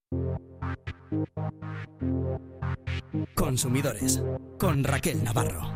Consumidores, con Raquel Navarro.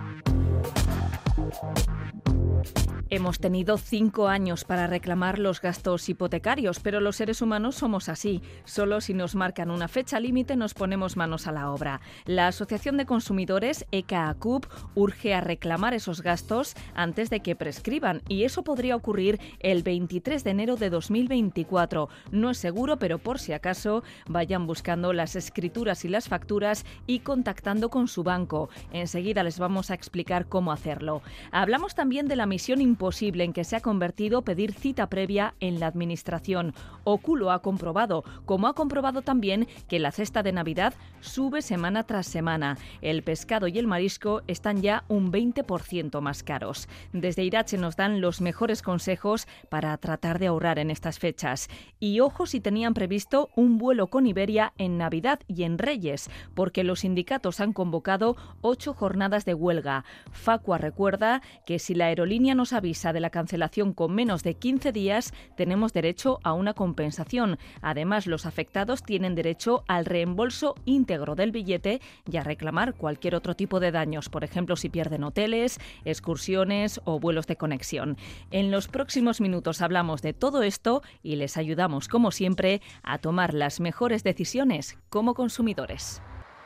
Hemos tenido 5 años para reclamar los gastos hipotecarios, pero los seres humanos somos así. Solo si nos marcan una fecha límite nos ponemos manos a la obra. La Asociación de Consumidores, ECA-ACUP, urge a reclamar esos gastos antes de que prescriban, y eso podría ocurrir el 23 de enero de 2024. No es seguro, pero por si acaso, vayan buscando las escrituras y las facturas y contactando con su banco. Enseguida les vamos a explicar cómo hacerlo. Hablamos también de la misión imposible en que se ha convertido pedir cita previa en la administración. OCU lo ha comprobado, como ha comprobado también que la cesta de Navidad sube semana tras semana. El pescado y el marisco están ya un 20% más caros. Desde Irache nos dan los mejores consejos para tratar de ahorrar en estas fechas. Y ojo si tenían previsto un vuelo con Iberia en Navidad y en Reyes, porque los sindicatos han convocado 8 jornadas de huelga. Facua recuerda que si la aerolínea nos avisa de la cancelación con menos de 15 días, tenemos derecho a una compensación. Además, los afectados tienen derecho al reembolso íntegro del billete y a reclamar cualquier otro tipo de daños, por ejemplo, si pierden hoteles, excursiones o vuelos de conexión. En los próximos minutos hablamos de todo esto y les ayudamos, como siempre, a tomar las mejores decisiones como consumidores.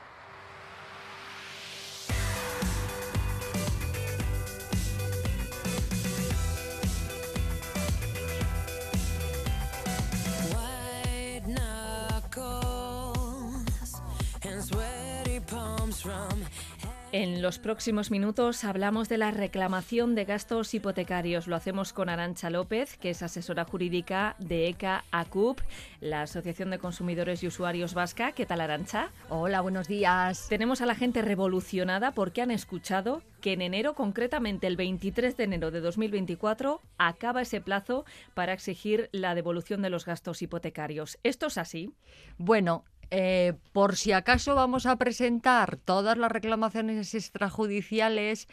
En los próximos minutos hablamos de la reclamación de gastos hipotecarios. Lo hacemos con Arantxa López, que es asesora jurídica de ECA-ACUP, la Asociación de Consumidores y Usuarios Vasca. ¿Qué tal, Arantxa? Hola, buenos días. Tenemos a la gente revolucionada porque han escuchado que en enero, concretamente el 23 de enero de 2024, acaba ese plazo para exigir la devolución de los gastos hipotecarios. ¿Esto es así? Bueno, por si acaso vamos a presentar todas las reclamaciones extrajudiciales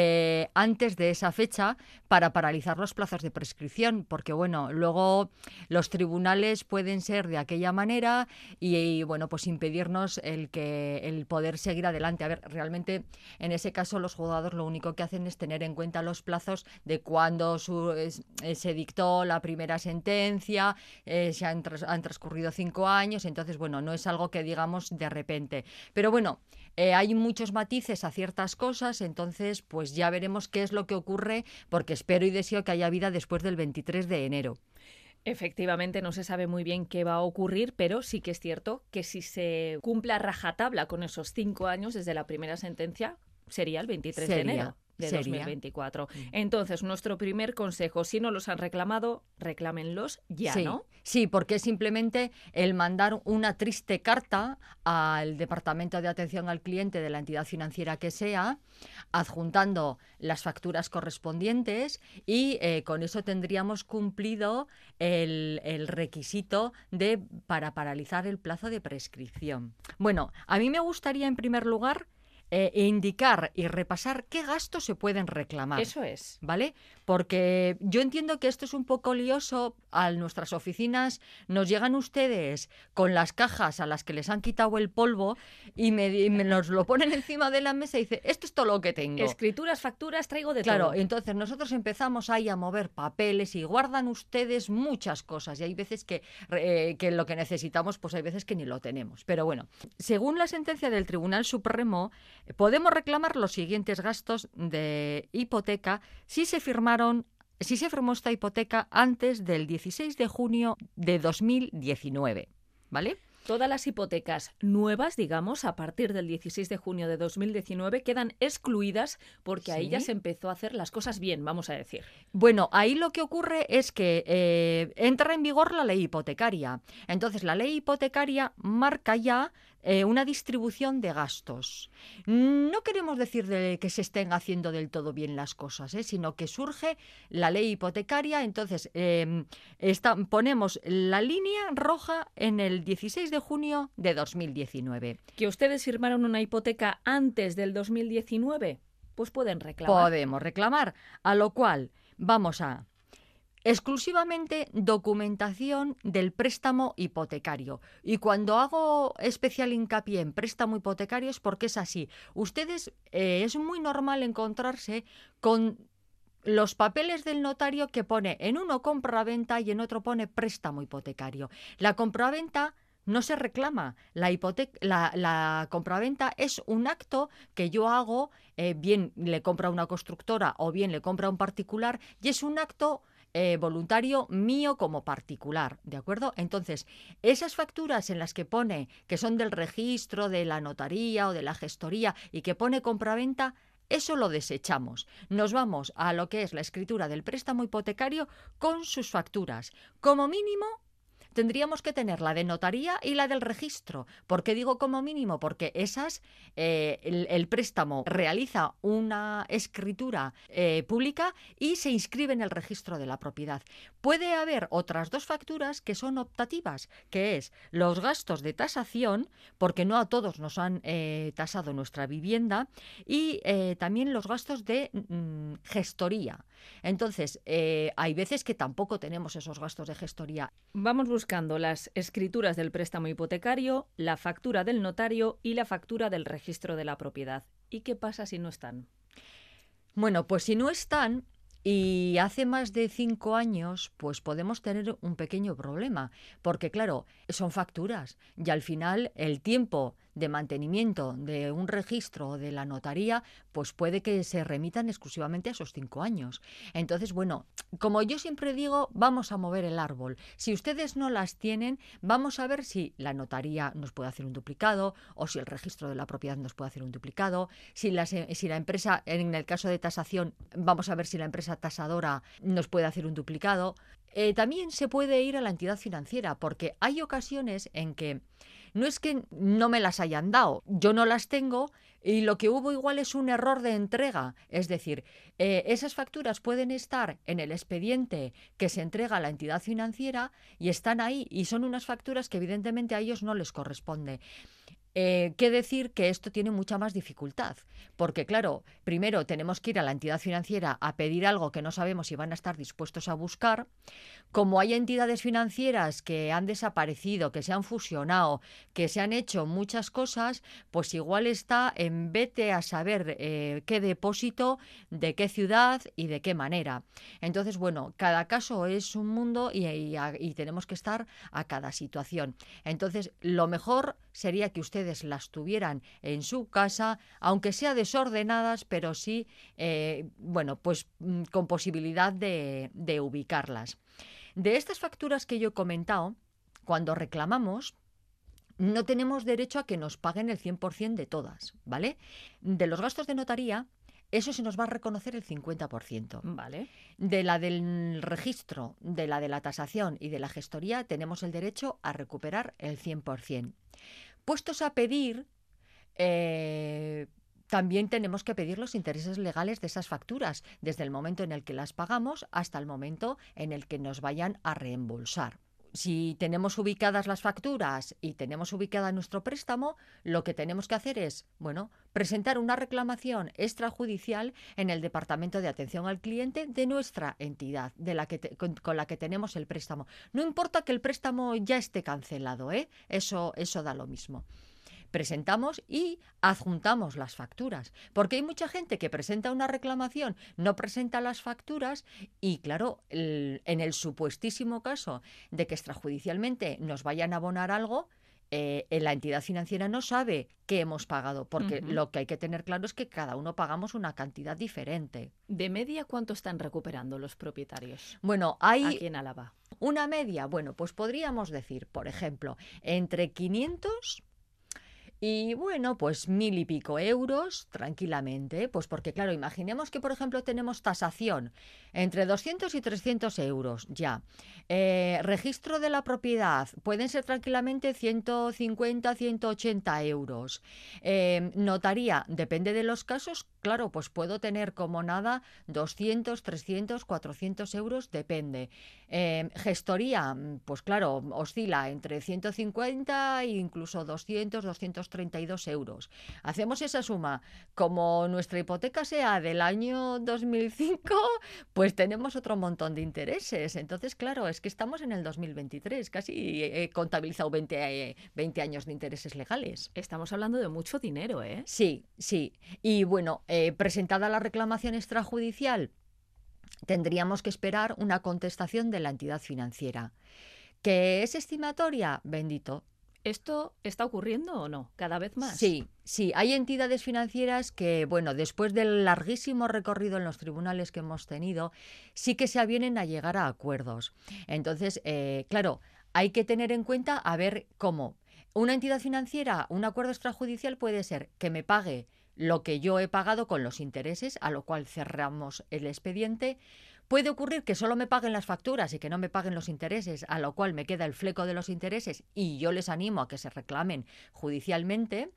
antes de esa fecha para paralizar los plazos de prescripción, porque bueno, luego los tribunales pueden ser de aquella manera y bueno, pues impedirnos el poder seguir adelante. A ver, realmente en ese caso los juzgados lo único que hacen es tener en cuenta los plazos de cuando se dictó la primera sentencia, han transcurrido 5 años, entonces bueno, no es algo que digamos de repente. Pero bueno, hay muchos matices a ciertas cosas, entonces pues ya veremos qué es lo que ocurre, porque espero y deseo que haya vida después del 23 de enero. Efectivamente, no se sabe muy bien qué va a ocurrir, pero sí que es cierto que si se cumple a rajatabla con esos 5 años desde la primera sentencia, sería el 23 de enero. De 2024. Entonces, nuestro primer consejo, si no los han reclamado, reclámenlos ya, sí, ¿no? Sí, porque es simplemente el mandar una triste carta al Departamento de Atención al Cliente de la entidad financiera que sea, adjuntando las facturas correspondientes y con eso tendríamos cumplido el requisito para paralizar el plazo de prescripción. Bueno, a mí me gustaría en primer lugar indicar y repasar qué gastos se pueden reclamar. Eso es. ¿Vale? Porque yo entiendo que esto es un poco lioso. A nuestras oficinas nos llegan ustedes con las cajas a las que les han quitado el polvo y nos lo ponen encima de la mesa y dice, esto es todo lo que tengo. Escrituras, facturas, traigo de todo. Claro, entonces nosotros empezamos ahí a mover papeles y guardan ustedes muchas cosas y hay veces que lo que necesitamos, pues hay veces que ni lo tenemos. Pero bueno, según la sentencia del Tribunal Supremo, podemos reclamar los siguientes gastos de hipoteca si se firmó esta hipoteca antes del 16 de junio de 2019, ¿vale? Todas las hipotecas nuevas, digamos, a partir del 16 de junio de 2019 quedan excluidas porque ahí ya se empezó a hacer las cosas bien, vamos a decir. Bueno, ahí lo que ocurre es que entra en vigor la ley hipotecaria. Entonces, la ley hipotecaria marca ya una distribución de gastos. No queremos decir que se estén haciendo del todo bien las cosas, sino que surge la ley hipotecaria, entonces ponemos la línea roja en el 16 de junio de 2019. ¿Que ustedes firmaron una hipoteca antes del 2019? Pues pueden reclamar. Podemos reclamar, a lo cual vamos a exclusivamente documentación del préstamo hipotecario. Y cuando hago especial hincapié en préstamo hipotecario es porque es así. Ustedes, es muy normal encontrarse con los papeles del notario que pone en uno compraventa y en otro pone préstamo hipotecario. La compraventa no se reclama. La compraventa es un acto que yo hago, bien le compra a una constructora o bien le compra a un particular, y es un acto voluntario mío como particular, ¿de acuerdo? Entonces, esas facturas en las que pone que son del registro, de la notaría o de la gestoría y que pone compraventa, eso lo desechamos. Nos vamos a lo que es la escritura del préstamo hipotecario con sus facturas. Como mínimo, tendríamos que tener la de notaría y la del registro. ¿Por qué digo como mínimo? Porque esas, el préstamo realiza una escritura pública y se inscribe en el registro de la propiedad. Puede haber otras dos facturas que son optativas, que es los gastos de tasación, porque no a todos nos han tasado nuestra vivienda, y también los gastos de gestoría. Entonces, hay veces que tampoco tenemos esos gastos de gestoría. Vamos buscando las escrituras del préstamo hipotecario, la factura del notario y la factura del registro de la propiedad. ¿Y qué pasa si no están? Bueno, pues si no están y hace más de 5 años, pues podemos tener un pequeño problema, porque claro, son facturas y al final el tiempo de mantenimiento de un registro o de la notaría, pues puede que se remitan exclusivamente a esos 5 años. Entonces, bueno, como yo siempre digo, vamos a mover el árbol. Si ustedes no las tienen, vamos a ver si la notaría nos puede hacer un duplicado o si el registro de la propiedad nos puede hacer un duplicado, si la empresa, en el caso de tasación, vamos a ver si la empresa tasadora nos puede hacer un duplicado. También se puede ir a la entidad financiera, porque hay ocasiones en que no es que no me las hayan dado, yo no las tengo y lo que hubo igual es un error de entrega. Es decir, esas facturas pueden estar en el expediente que se entrega a la entidad financiera y están ahí y son unas facturas que evidentemente a ellos no les corresponde. Qué decir que esto tiene mucha más dificultad, porque claro, primero tenemos que ir a la entidad financiera a pedir algo que no sabemos si van a estar dispuestos a buscar. Como hay entidades financieras que han desaparecido, que se han fusionado, que se han hecho muchas cosas, pues igual está en vete a saber qué depósito, de qué ciudad y de qué manera. Entonces, bueno, cada caso es un mundo y tenemos que estar a cada situación. Entonces, lo mejor sería que ustedes las tuvieran en su casa, aunque sea desordenadas, pero sí, bueno, pues con posibilidad de ubicarlas. De estas facturas que yo he comentado, cuando reclamamos, no tenemos derecho a que nos paguen el 100% de todas, ¿vale? De los gastos de notaría, eso se nos va a reconocer el 50%. Vale. De la del registro, de la tasación y de la gestoría, tenemos el derecho a recuperar el 100%. Puestos a pedir, también tenemos que pedir los intereses legales de esas facturas, desde el momento en el que las pagamos hasta el momento en el que nos vayan a reembolsar. Si tenemos ubicadas las facturas y tenemos ubicada nuestro préstamo, lo que tenemos que hacer es, bueno, presentar una reclamación extrajudicial en el Departamento de Atención al Cliente de nuestra entidad, con la que tenemos el préstamo. No importa que el préstamo ya esté cancelado, eso da lo mismo. Presentamos y adjuntamos las facturas, porque hay mucha gente que presenta una reclamación, no presenta las facturas y claro, en el supuestísimo caso de que extrajudicialmente nos vayan a abonar algo, la entidad financiera no sabe qué hemos pagado, porque lo que hay que tener claro es que cada uno pagamos una cantidad diferente. ¿De media cuánto están recuperando los propietarios? Bueno, hay aquí en Álava. Una media, bueno, pues podríamos decir, por ejemplo, entre 500 y bueno, pues 1.000 y pico euros tranquilamente, pues porque claro, imaginemos que por ejemplo tenemos tasación entre 200 y 300 euros ya. Registro de la propiedad pueden ser tranquilamente 150, 180 euros. Notaría, depende de los casos, claro, pues puedo tener como nada 200, 300, 400 euros, depende. Gestoría, pues claro, oscila entre 150 e incluso 200, 230 232 euros. Hacemos esa suma. Como nuestra hipoteca sea del año 2005, pues tenemos otro montón de intereses. Entonces, claro, es que estamos en el 2023. Casi he contabilizado 20 años de intereses legales. Estamos hablando de mucho dinero, ¿eh? Sí, sí. Y bueno, presentada la reclamación extrajudicial, tendríamos que esperar una contestación de la entidad financiera. ¿Que es estimatoria? Bendito. ¿Esto está ocurriendo o no? ¿Cada vez más? Sí, sí. Hay entidades financieras que, bueno, después del larguísimo recorrido en los tribunales que hemos tenido, sí que se avienen a llegar a acuerdos. Entonces, claro, hay que tener en cuenta a ver cómo. Una entidad financiera, un acuerdo extrajudicial puede ser que me pague lo que yo he pagado con los intereses, a lo cual cerramos el expediente. Puede ocurrir que solo me paguen las facturas y que no me paguen los intereses, a lo cual me queda el fleco de los intereses y yo les animo a que se reclamen judicialmente.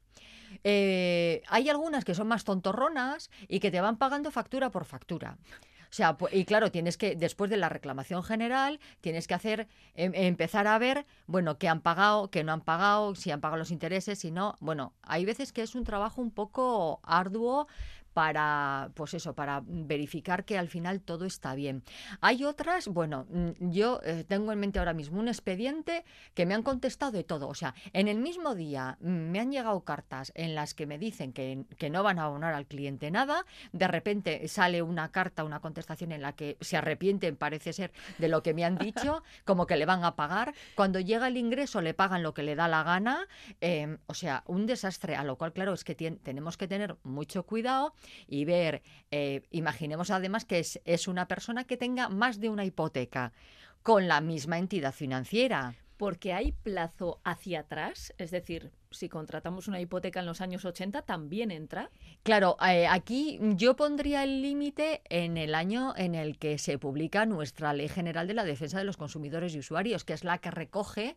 Hay algunas que son más tontorronas y que te van pagando factura por factura. O sea, y claro, tienes que, después de la reclamación general, tienes que empezar a ver, bueno, qué han pagado, qué no han pagado, si han pagado los intereses, si no. Bueno, hay veces que es un trabajo un poco arduo para, pues eso, para verificar que al final todo está bien. Hay otras, bueno, yo tengo en mente ahora mismo un expediente que me han contestado de todo. O sea, en el mismo día me han llegado cartas en las que me dicen que no van a abonar al cliente nada. De repente sale una carta, una contestación en la que se arrepienten, parece ser, de lo que me han dicho, como que le van a pagar. Cuando llega el ingreso le pagan lo que le da la gana. O sea, un desastre, a lo cual, claro, es que tenemos que tener mucho cuidado y ver, imaginemos además que es una persona que tenga más de una hipoteca con la misma entidad financiera. Porque hay plazo hacia atrás, es decir, si contratamos una hipoteca en los años 80, ¿también entra? Claro, aquí yo pondría el límite en el año en el que se publica nuestra Ley General de la Defensa de los Consumidores y Usuarios, que es la que recoge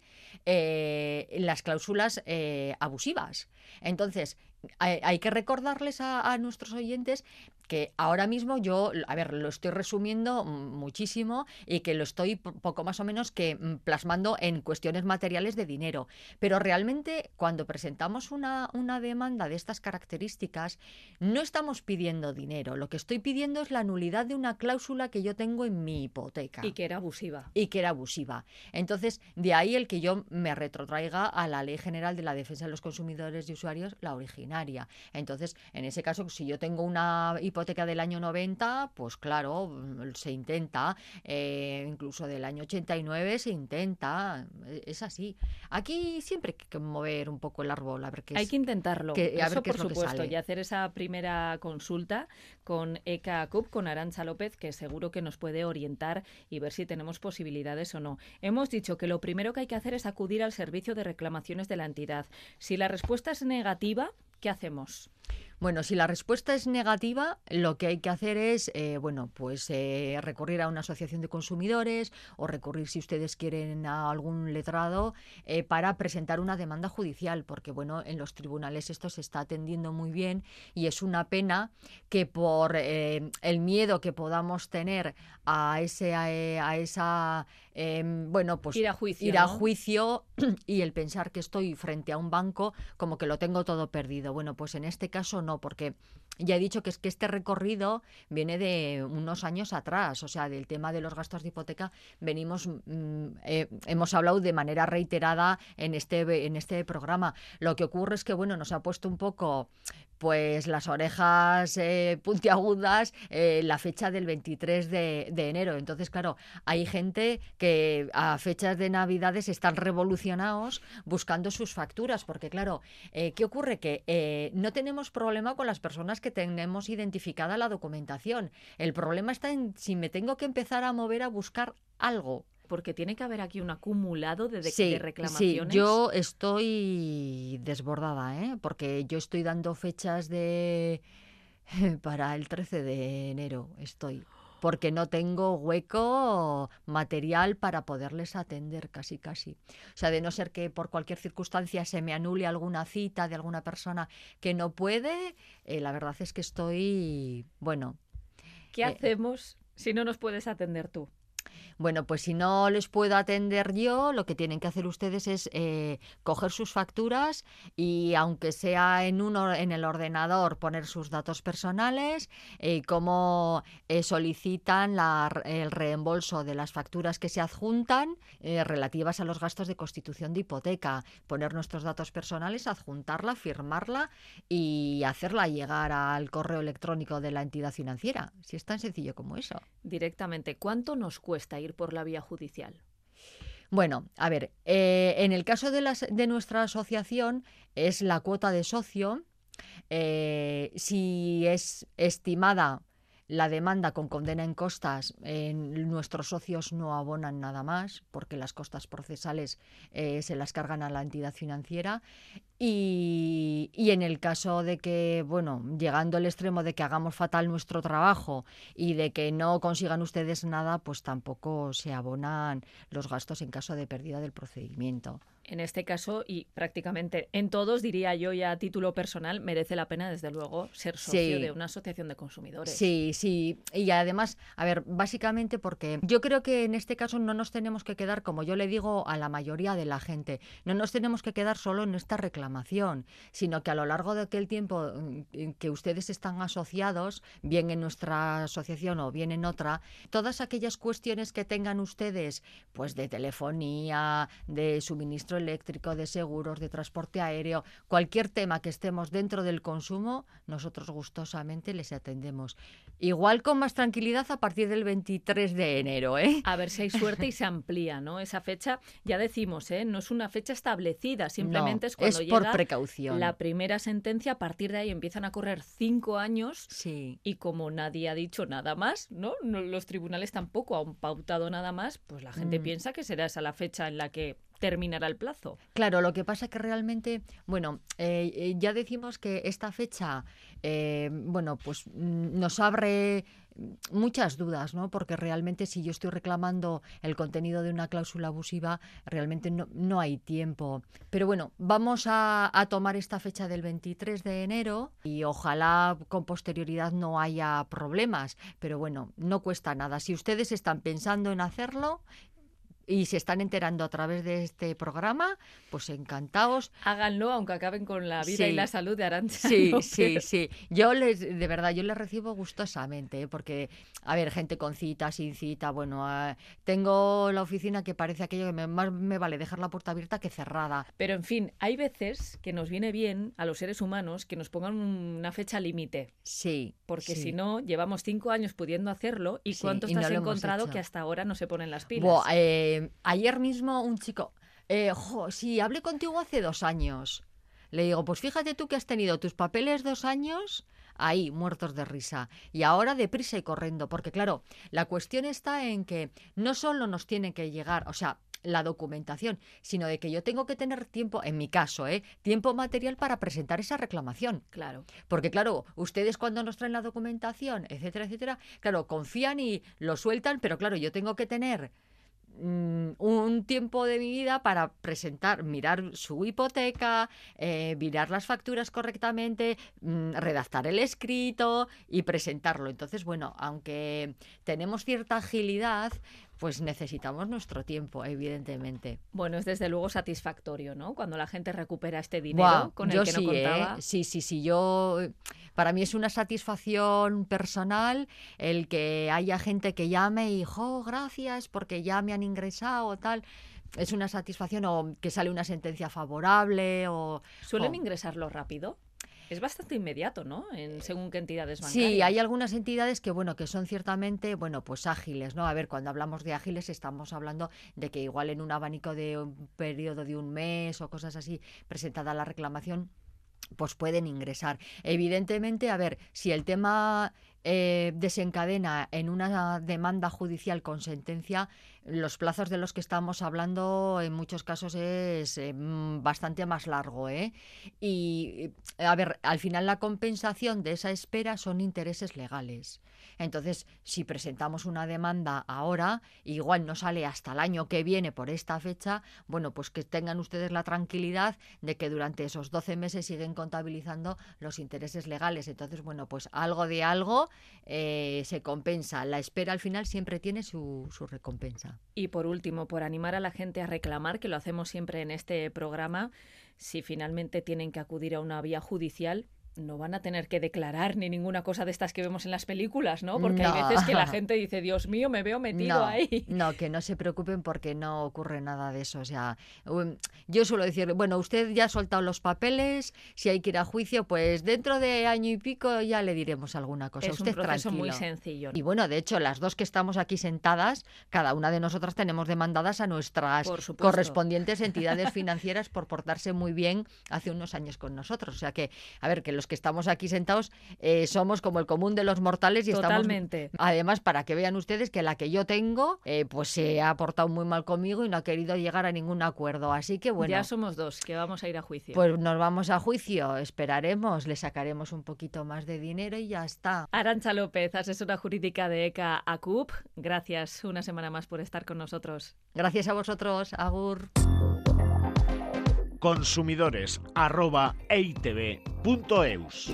las cláusulas abusivas. Entonces, hay que recordarles a nuestros oyentes que ahora mismo yo, a ver, lo estoy resumiendo muchísimo y que lo estoy poco más o menos que plasmando en cuestiones materiales de dinero. Pero realmente cuando presentamos una demanda de estas características, no estamos pidiendo dinero. Lo que estoy pidiendo es la nulidad de una cláusula que yo tengo en mi hipoteca. Y que era abusiva. Y que era abusiva. Entonces, de ahí el que yo me retrotraiga a la Ley General de la Defensa de los Consumidores y Usuarios, la originaria. Entonces, en ese caso, si yo tengo una hipoteca del año 90, pues claro, se intenta, incluso del año 89 se intenta, es así. Aquí siempre hay que mover un poco el árbol, a ver qué es. Hay que intentarlo, a ver eso qué por es lo que supuesto, sale. y hacer esa primera consulta con ECA CUP, con Arantxa López, que seguro que nos puede orientar y ver si tenemos posibilidades o no. Hemos dicho que lo primero que hay que hacer es acudir al servicio de reclamaciones de la entidad. Si la respuesta es negativa, ¿qué hacemos? Bueno, si la respuesta es negativa, lo que hay que hacer es, recurrir a una asociación de consumidores o recurrir, si ustedes quieren, a algún letrado para presentar una demanda judicial, porque, bueno, en los tribunales esto se está atendiendo muy bien y es una pena que por el miedo que podamos tener a esa ir a juicio y el pensar que estoy frente a un banco como que lo tengo todo perdido. Bueno, pues en este caso no, porque ya he dicho que es que este recorrido viene de unos años atrás, o sea, del tema de los gastos de hipoteca hemos hablado de manera reiterada en este programa. Lo que ocurre es que, bueno, nos ha puesto un poco pues las orejas puntiagudas la fecha del 23 de enero. Entonces, claro, hay gente que a fechas de Navidades están revolucionados buscando sus facturas, porque claro, ¿qué ocurre? Que no tenemos problema con las personas que tenemos identificada la documentación. El problema está en si me tengo que empezar a mover a buscar algo. Porque tiene que haber aquí un acumulado de reclamaciones. Sí, yo estoy desbordada, porque yo estoy dando fechas para el 13 de enero, porque no tengo hueco material para poderles atender casi. O sea, de no ser que por cualquier circunstancia se me anule alguna cita de alguna persona que no puede, la verdad es que estoy, bueno. ¿Qué hacemos si no nos puedes atender tú? Bueno, pues si no les puedo atender yo, lo que tienen que hacer ustedes es coger sus facturas y, aunque sea en el ordenador, poner sus datos personales, cómo solicitan el reembolso de las facturas que se adjuntan relativas a los gastos de constitución de hipoteca, poner nuestros datos personales, adjuntarla, firmarla y hacerla llegar al correo electrónico de la entidad financiera. Si es tan sencillo como eso. Directamente, ¿cuánto nos cuesta ir por la vía judicial? Bueno, a ver, en el caso de nuestra asociación es la cuota de socio. Si es estimada la demanda con condena en costas, nuestros socios no abonan nada más, porque las costas procesales se las cargan a la entidad financiera. Y en el caso de que, bueno, llegando al extremo de que hagamos fatal nuestro trabajo y de que no consigan ustedes nada, pues tampoco se abonan los gastos en caso de pérdida del procedimiento. En este caso, y prácticamente en todos, diría yo, ya a título personal, merece la pena, desde luego, ser socio de una asociación de consumidores. Sí, sí. Y además, a ver, básicamente porque yo creo que en este caso no nos tenemos que quedar, como yo le digo a la mayoría de la gente, no nos tenemos que quedar solo en esta reclamación, sino que a lo largo de aquel tiempo en que ustedes están asociados, bien en nuestra asociación o bien en otra, todas aquellas cuestiones que tengan ustedes, pues de telefonía, de suministro eléctrico, de seguros, de transporte aéreo, cualquier tema que estemos dentro del consumo, nosotros gustosamente les atendemos. Igual con más tranquilidad a partir del 23 de enero, ¿eh? A ver si hay suerte y se amplía, ¿no? Esa fecha, ya decimos, no es una fecha establecida, simplemente No, es cuando es por llega precaución. la primera sentencia. A partir de ahí empiezan a correr 5 años. Sí. Y como nadie ha dicho nada más, ¿no? Los tribunales tampoco han pautado nada más, pues la gente piensa que será esa la fecha en la que terminará el plazo. Claro, lo que pasa que realmente, bueno, ya decimos que esta fecha, bueno, pues nos abre muchas dudas, ¿no? Porque realmente, si yo estoy reclamando el contenido de una cláusula abusiva, realmente no hay tiempo. Pero bueno, vamos a tomar esta fecha del 23 de enero y ojalá con posterioridad no haya problemas. Pero bueno, no cuesta nada. Si ustedes están pensando en hacerlo y se están enterando a través de este programa, pues encantados. Háganlo, aunque acaben con la vida y la salud de Arantxa. Sí, sí, sí. De verdad, yo les recibo gustosamente, ¿eh? Porque, a ver, gente con cita, sin cita, bueno, tengo la oficina que parece aquello que más me vale dejar la puerta abierta que cerrada. Pero, en fin, hay veces que nos viene bien a los seres humanos que nos pongan una fecha límite. Sí. Porque sí. si no, llevamos 5 años pudiendo hacerlo y ¿cuántos te has encontrado que hasta ahora no se ponen las pilas? Ayer mismo un chico, sí, hablé contigo hace 2 años. Le digo, pues fíjate tú que has tenido tus papeles 2 años ahí, muertos de risa. Y ahora deprisa y corriendo, porque claro, la cuestión está en que no solo nos tiene que llegar, o sea, la documentación, sino de que yo tengo que tener tiempo, en mi caso, tiempo material para presentar esa reclamación. Claro. Porque claro, ustedes cuando nos traen la documentación, etcétera, etcétera, claro, confían y lo sueltan, pero claro, yo tengo que tener un tiempo de mi vida para mirar su hipoteca, mirar las facturas correctamente, redactar el escrito y presentarlo. Entonces, bueno, aunque tenemos cierta agilidad, pues necesitamos nuestro tiempo, evidentemente. Bueno, es desde luego satisfactorio, ¿no? Cuando la gente recupera este dinero con el que no contaba. Sí. Para mí es una satisfacción personal el que haya gente que llame y, gracias porque ya me han ingresado o tal. Es una satisfacción, o que sale una sentencia favorable o... ¿Suelen ingresarlo rápido? Es bastante inmediato, ¿no? Según qué entidades bancarias. Sí, hay algunas entidades que, bueno, que son ciertamente, bueno, pues ágiles, ¿no? A ver, cuando hablamos de ágiles estamos hablando de que igual en un abanico de un periodo de un mes o cosas así, presentada la reclamación, pues pueden ingresar. Evidentemente, a ver, si el tema desencadena en una demanda judicial con sentencia, los plazos de los que estamos hablando en muchos casos es bastante más largo, ¿eh? Y, a ver, al final la compensación de esa espera son intereses legales. Entonces, si presentamos una demanda ahora, igual no sale hasta el año que viene por esta fecha, bueno, pues que tengan ustedes la tranquilidad de que durante esos 12 meses siguen contabilizando los intereses legales. Entonces, bueno, pues algo de algo se compensa. La espera al final siempre tiene su recompensa. Y por último, por animar a la gente a reclamar, que lo hacemos siempre en este programa, si finalmente tienen que acudir a una vía judicial, no van a tener que declarar ni ninguna cosa de estas que vemos en las películas, ¿no? Porque hay veces que la gente dice, Dios mío, me veo metido ahí. No, que no se preocupen porque no ocurre nada de eso. O sea, yo suelo decir, bueno, usted ya ha soltado los papeles, si hay que ir a juicio, pues dentro de año y pico ya le diremos alguna cosa. Es usted un proceso tranquilo. muy sencillo, ¿no? Y bueno, de hecho, las dos que estamos aquí sentadas, cada una de nosotras tenemos demandadas a nuestras correspondientes entidades financieras por portarse muy bien hace unos años con nosotros. O sea que, a ver, que los que estamos aquí sentados somos como el común de los mortales y Totalmente. estamos... Además, para que vean ustedes que la que yo tengo, pues se ha portado muy mal conmigo y no ha querido llegar a ningún acuerdo. Así que bueno... Ya somos dos, que vamos a ir a juicio. Pues nos vamos a juicio, esperaremos, le sacaremos un poquito más de dinero y ya está. Arantxa López, asesora jurídica de ECA ACUP, gracias una semana más por estar con nosotros. Gracias a vosotros, agur. Consumidores@eitb.eus.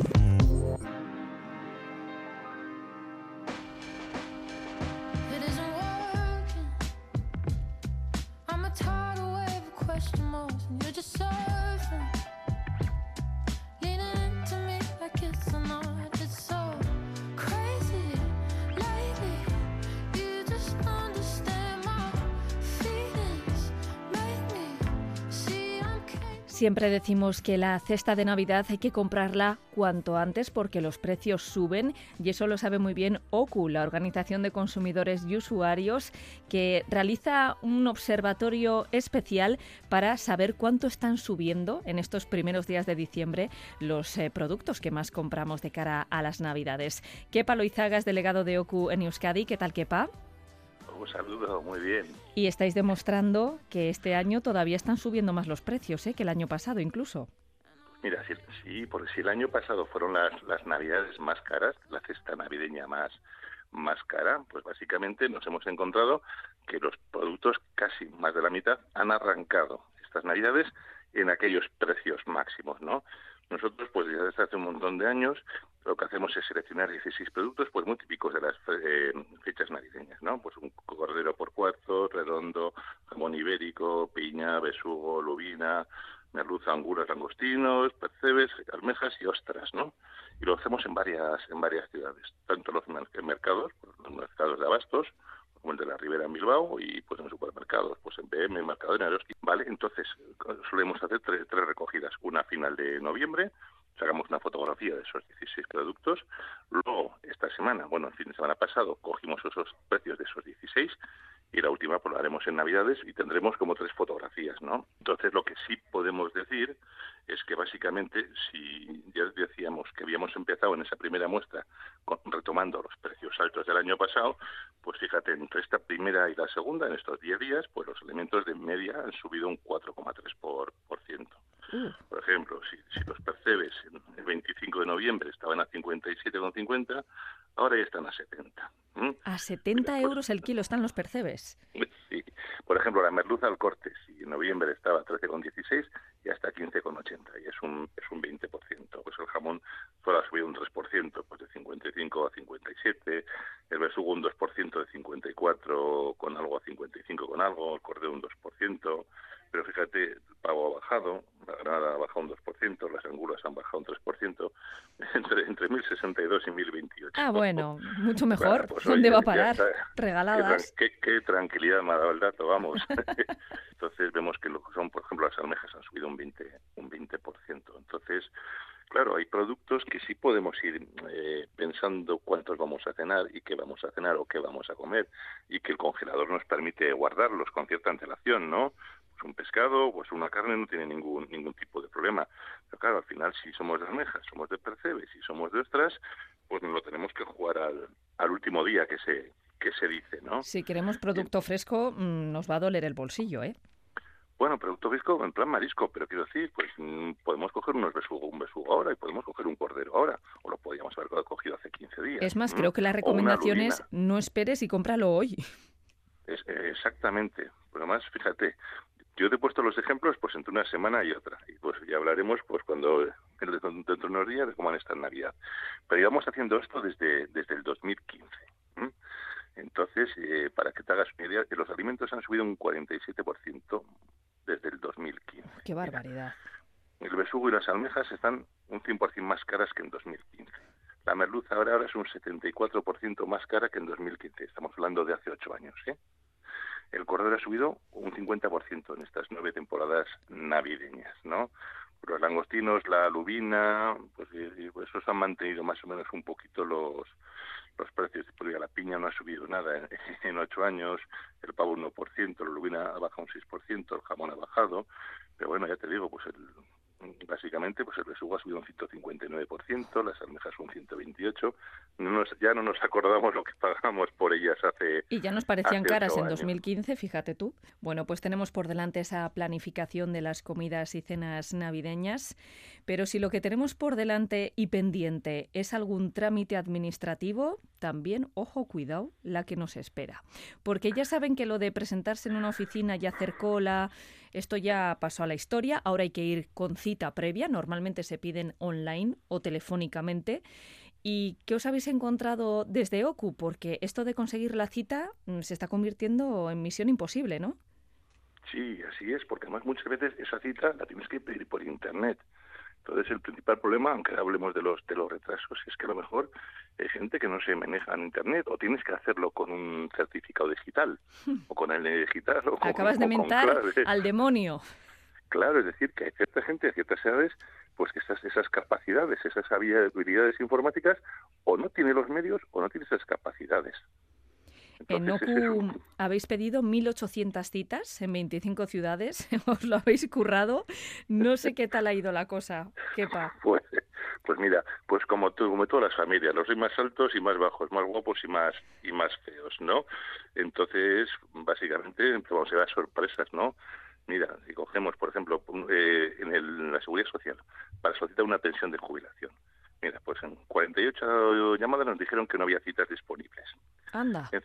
Siempre decimos que la cesta de Navidad hay que comprarla cuanto antes porque los precios suben y eso lo sabe muy bien OCU, la Organización de Consumidores y Usuarios, que realiza un observatorio especial para saber cuánto están subiendo en estos primeros días de diciembre los productos que más compramos de cara a las Navidades. Kepa Loizaga es delegado de OCU en Euskadi. ¿Qué tal, Kepa? Un saludo, muy bien. Y estáis demostrando que este año todavía están subiendo más los precios, que el año pasado incluso. Mira, sí, porque si el año pasado fueron las Navidades más caras, la cesta navideña más cara, pues básicamente nos hemos encontrado que los productos, casi más de la mitad, han arrancado estas Navidades en aquellos precios máximos, ¿no? Nosotros, pues ya desde hace un montón de años, lo que hacemos es seleccionar 16 productos, pues muy típicos de las fechas navideñas, ¿no? Pues un cordero por cuarto, redondo, jamón ibérico, piña, besugo, lubina, merluza, anguras, langostinos, percebes, almejas y ostras, ¿no? Y lo hacemos en varias ciudades, tanto los mercados, los mercados de abastos, como el de la Ribera en Bilbao, y pues en supermercados, pues en PM, Mercadona, Eroski. Vale, entonces solemos hacer tres recogidas, una a final de noviembre, sacamos una fotografía de esos 16 productos, luego esta semana, bueno, el fin de semana pasado, cogimos esos precios de esos 16, y la última pues la haremos en Navidades y tendremos como 3 fotografías, ¿no? Entonces lo que sí podemos decir es que básicamente, si ya decíamos que habíamos empezado en esa primera muestra retomando los precios altos del año pasado, pues fíjate, entre esta primera y la segunda, en estos 10 días, pues los elementos de media han subido un 4,3%. Por ejemplo, si los percebes el 25 de noviembre estaban a 57,50, ahora ya están a 70. A 70 euros el kilo están los percebes. Sí. Por ejemplo, la merluza al corte, si en noviembre estaba a 13,16, ya está a 15,80, y es un 20%. Pues el jamón solo ha subido un 3%, pues de 55 a 57, el besugo un 2%, de 54 con algo a 55 con algo, el cordero un 2%, pero fíjate, el pavo ha bajado, la granada ha bajado un 2%, las angulas han bajado un 3%, entre 1.062 y 1.028. Ah, bueno, mucho mejor. Claro, pues, ¿Dónde oye, va a parar? Regaladas. Qué tranquilidad me ha dado el dato, vamos. Entonces vemos que lo que son, por ejemplo, las almejas han subido un 20%. Entonces, claro, hay productos que sí podemos ir pensando cuántos vamos a cenar y qué vamos a cenar o qué vamos a comer, y que el congelador nos permite guardarlos con cierta antelación, ¿no? Pues un pescado, pues una carne no tiene ningún tipo de problema. Pero claro, al final, si somos de almejas, somos de percebes, si somos de ostras, pues nos lo tenemos que jugar al último día que que se dice, ¿no? Si queremos producto fresco, nos va a doler el bolsillo, ¿eh? Bueno, producto fresco en plan marisco, pero quiero decir, pues podemos coger un besugo ahora y podemos coger un cordero ahora, o lo podríamos haber cogido hace 15 días. Es más, creo que la recomendación es no esperes y cómpralo hoy. Exactamente. Pero además, fíjate, yo te he puesto los ejemplos pues entre una semana y otra, y pues ya hablaremos pues cuando dentro de unos días de cómo han estado en Navidad. Pero íbamos haciendo esto desde el 2015. Entonces, para que te hagas una idea, los alimentos han subido un 47% desde el 2015. ¡Qué barbaridad! El besugo y las almejas están un 100% más caras que en 2015. La merluza ahora es un 74% más cara que en 2015. Estamos hablando de hace 8 años, ¿eh? El cordero ha subido un 50% en estas 9 temporadas navideñas, ¿no? Los langostinos, la lubina, pues esos han mantenido más o menos un poquito los precios. Porque la piña no ha subido nada en 8 años, el pavo un 1%, la lubina ha bajado un 6%, el jamón ha bajado, pero bueno, ya te digo, pues básicamente pues el besugo ha subido un 159%, las almejas un 128%, ya no nos acordamos lo que pagamos por ellas hace. Y ya nos parecían caras en 2015, años. fíjate tú. Bueno, pues tenemos por delante esa planificación de las comidas y cenas navideñas, pero si lo que tenemos por delante y pendiente es algún trámite administrativo, también, ojo, cuidado, la que nos espera. Porque ya saben que lo de presentarse en una oficina y hacer cola, esto ya pasó a la historia, ahora hay que ir con cita previa, normalmente se piden online o telefónicamente. ¿Y qué os habéis encontrado desde OCU? Porque esto de conseguir la cita se está convirtiendo en misión imposible, ¿no? Sí, así es, porque además muchas veces esa cita la tienes que pedir por Internet. Entonces el principal problema, aunque hablemos de los retrasos, es que a lo mejor hay gente que no se maneja en Internet, o tienes que hacerlo con un certificado digital, o con el digital, o Acabas de mentar al demonio. Claro, es decir, que hay cierta gente de ciertas edades pues que esas capacidades, esas habilidades informáticas, o no tiene los medios o no tiene esas capacidades. Entonces, en OCU habéis pedido 1.800 citas en 25 ciudades, os lo habéis currado. No sé qué tal ha ido la cosa, Kepa. Pues mira, pues como todas las familias, los hay más altos y más bajos, más guapos y más feos, ¿no? Entonces, básicamente, vamos a dar sorpresas, ¿no? Mira, si cogemos, por ejemplo, en la Seguridad Social, para solicitar una pensión de jubilación. Mira, pues en 48 llamadas nos dijeron que no había citas disponibles. Anda. En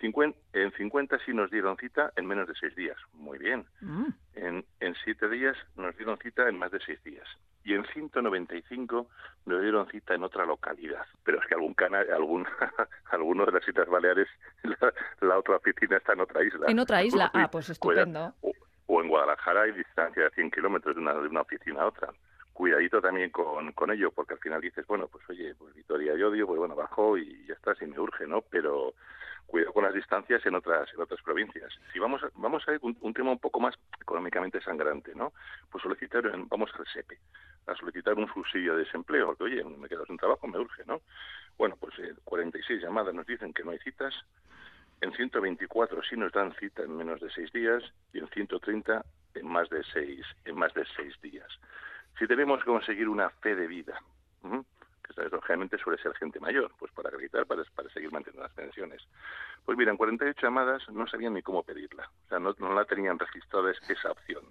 50 sí nos dieron cita en menos de 6 días. Muy bien. En 7 días nos dieron cita en más de 6 días. Y en 195 nos dieron cita en otra localidad. Pero es que alguno de las Islas Baleares, la otra oficina está en otra isla. ¿En otra isla? Ah, pues estupendo. O en Guadalajara hay distancia de 100 kilómetros de una oficina a otra. Cuidadito también con ello, porque al final dices, bueno, pues oye, pues Vitoria y Llodio, pues bueno, bajo y ya está, si me urge, ¿no? Pero cuidado con las distancias en otras provincias. Si vamos a ver un tema un poco más económicamente sangrante, ¿no? Pues vamos al SEPE, a solicitar un subsidio de desempleo, porque oye, me quedo sin trabajo, me urge, ¿no? Bueno, pues 46 llamadas nos dicen que no hay citas. En 124 sí nos dan cita en menos de 6 días y en 130 en más de 6 días. Si tenemos que conseguir una fe de vida, que lógicamente suele ser gente mayor, pues para acreditar, para seguir manteniendo las pensiones. Pues mira, en 48 llamadas no sabían ni cómo pedirla, o sea, no la tenían registrada esa opción.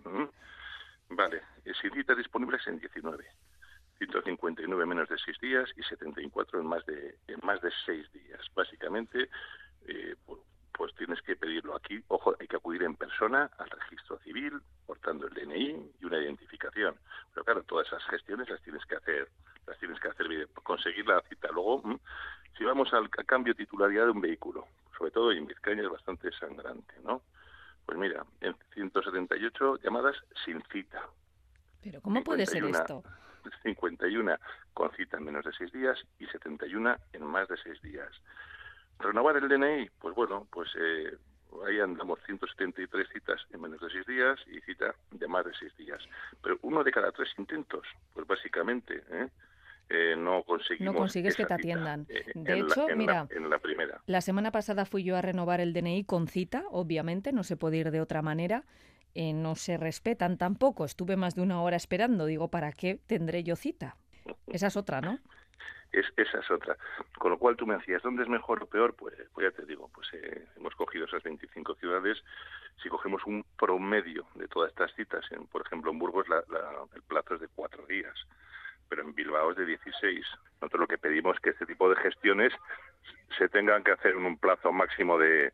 Vale, sin citas disponibles en 19. 159 en menos de 6 días y 74 en más de 6 días. Básicamente, pues tienes que pedirlo aquí. Ojo, hay que acudir en persona al registro civil, portando el DNI y una identificación. Pero claro, todas esas gestiones las tienes que hacer bien, conseguir la cita. Luego, si vamos al cambio de titularidad de un vehículo, sobre todo en Vizcaya es bastante sangrante, ¿no? Pues mira, en 178 llamadas sin cita. ¿Pero cómo puede ser esto? 51 con cita en menos de 6 días y 71 en más de 6 días. Renovar el DNI, pues bueno, pues ahí andamos 173 citas en menos de 6 días y cita de más de 6 días. Pero 1 de cada 3 intentos, pues básicamente, no conseguimos. No consigues que te cita, atiendan. De hecho, mira, en la primera. La semana pasada fui yo a renovar el DNI con cita, obviamente, no se puede ir de otra manera. No se respetan tampoco. Estuve más de 1 hora esperando. Digo, ¿para qué tendré yo cita? Esa es otra, ¿no? Esa es otra. Con lo cual tú me decías, ¿dónde es mejor o peor? Pues ya te digo, hemos cogido esas 25 ciudades. Si cogemos un promedio de todas estas citas, por ejemplo, en Burgos el plazo es de 4 días, pero en Bilbao es de 16. Nosotros lo que pedimos es que este tipo de gestiones se tengan que hacer en un plazo máximo de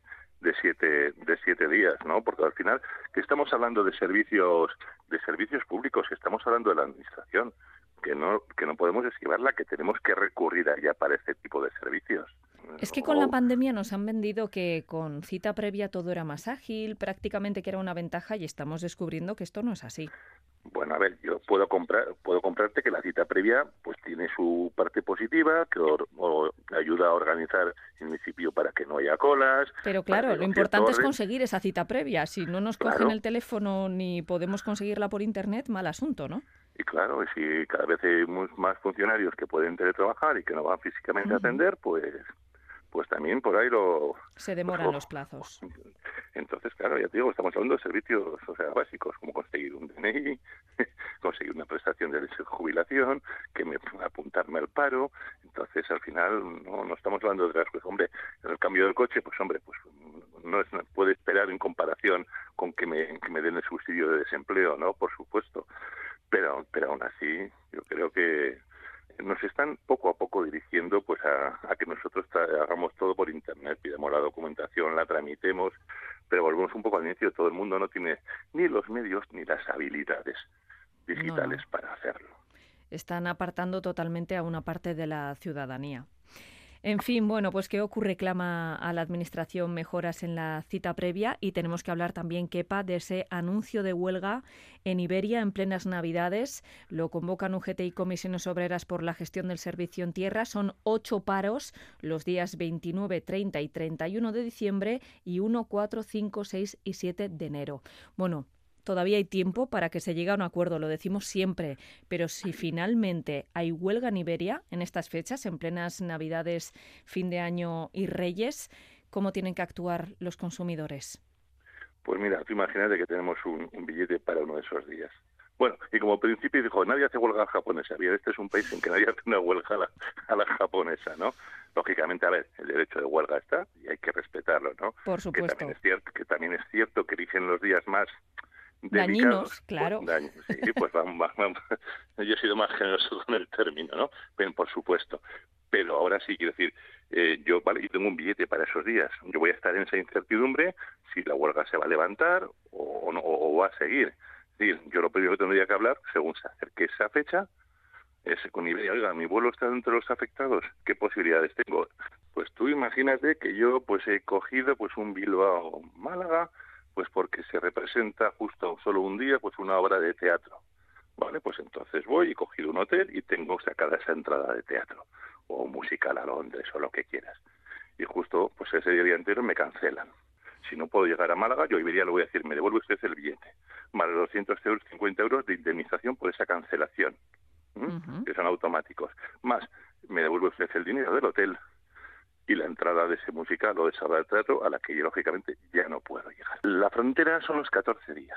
7 días, ¿no? Porque al final que estamos hablando de servicios públicos, que estamos hablando de la administración, que no podemos esquivarla, que tenemos que recurrir a ella para este tipo de servicios. Es que con la pandemia nos han vendido que con cita previa todo era más ágil, prácticamente que era una ventaja, y estamos descubriendo que esto no es así. Bueno, a ver, yo puedo comprarte que la cita previa pues tiene su parte positiva, que ayuda a organizar el municipio para que no haya colas. Pero claro, lo importante es conseguir esa cita previa. Si no nos cogen el teléfono ni podemos conseguirla por internet, mal asunto, ¿no? Y claro, y si cada vez hay más funcionarios que pueden teletrabajar y que no van físicamente a atender, pues también por ahí se demoran los plazos. Entonces, claro, ya te digo, estamos hablando de servicios básicos, como conseguir un DNI, conseguir una prestación de jubilación, apuntarme al paro. Entonces, al final, no estamos hablando de las cosas. Hombre, en el cambio del coche, pues no puede esperar en comparación con que me den el subsidio de desempleo, ¿no? Por supuesto. Pero aún así, yo creo que nos están poco a poco dirigiendo pues a que nosotros hagamos todo por internet, pidamos la documentación, la tramitemos, pero volvemos un poco al inicio. Todo el mundo no tiene ni los medios ni las habilidades digitales para hacerlo. Están apartando totalmente a una parte de la ciudadanía. En fin, bueno, pues que OCU reclama a la Administración mejoras en la cita previa, y tenemos que hablar también, Kepa, de ese anuncio de huelga en Iberia en plenas Navidades. Lo convocan UGT y Comisiones Obreras por la gestión del servicio en tierra. Son 8 paros los días 29, 30 y 31 de diciembre y 1, 4, 5, 6 y 7 de enero. Bueno, todavía hay tiempo para que se llegue a un acuerdo, lo decimos siempre, pero si finalmente hay huelga en Iberia en estas fechas, en plenas Navidades, fin de año y Reyes, ¿cómo tienen que actuar los consumidores? Pues mira, tú imagínate que tenemos un billete para uno de esos días. Bueno, y como principio dijo, nadie hace huelga japonesa. Bien, este es un país en que nadie hace una huelga a la japonesa, ¿no? Lógicamente, a ver, el derecho de huelga está y hay que respetarlo, ¿no? Por supuesto. Que también es cierto que eligen los días más dañinos, claro. Sí, pues vamos. Yo he sido más generoso con el término, ¿no? Pero, por supuesto. Pero ahora sí, quiero decir, yo tengo un billete para esos días. Yo voy a estar en esa incertidumbre si la huelga se va a levantar o no, o va a seguir. Es decir, yo lo primero que tendría que hablar, según se acerque esa fecha, es con Iberia. Oiga, mi vuelo está entre los afectados, ¿qué posibilidades tengo? Pues tú imagínate que yo pues he cogido pues un Bilbao-Málaga, pues porque se representa justo solo un día pues una obra de teatro. Vale, pues entonces voy y cogido un hotel y tengo sacada esa entrada de teatro o musical a Londres o lo que quieras. Y justo pues ese día entero me cancelan. Si no puedo llegar a Málaga, yo Iberia le voy a decir, me devuelve usted el billete, más de 250 euros de indemnización por esa cancelación, que son automáticos. Más, me devuelve usted el dinero del hotel y la entrada de ese musical o de esa obra de teatro a la que yo, lógicamente, ya no puedo llegar. La frontera son los 14 días.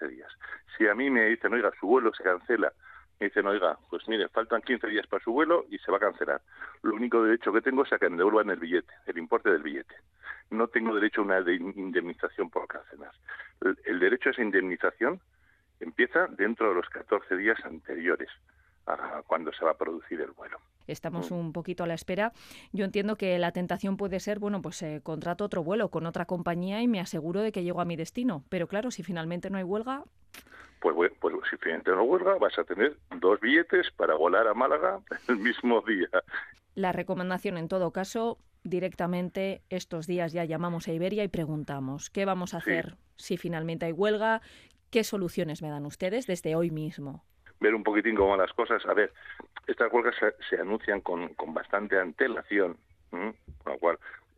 Si a mí me dicen, oiga, su vuelo se cancela, me dicen, oiga, pues mire, faltan 15 días para su vuelo y se va a cancelar. Lo único derecho que tengo es a que me devuelvan el billete, el importe del billete. No tengo derecho a una indemnización por cancelar. El derecho a esa indemnización empieza dentro de los 14 días anteriores a cuando se va a producir el vuelo. Estamos un poquito a la espera. Yo entiendo que la tentación puede ser, bueno, pues contrato otro vuelo con otra compañía y me aseguro de que llego a mi destino. Pero claro, si finalmente no hay huelga... Pues si finalmente no hay huelga, vas a tener 2 billetes para volar a Málaga el mismo día. La recomendación, en todo caso, directamente estos días ya llamamos a Iberia y preguntamos qué vamos a hacer si finalmente hay huelga, qué soluciones me dan ustedes desde hoy mismo. Ver un poquitín cómo las cosas. A ver, estas huelgas se anuncian con bastante antelación, con lo cual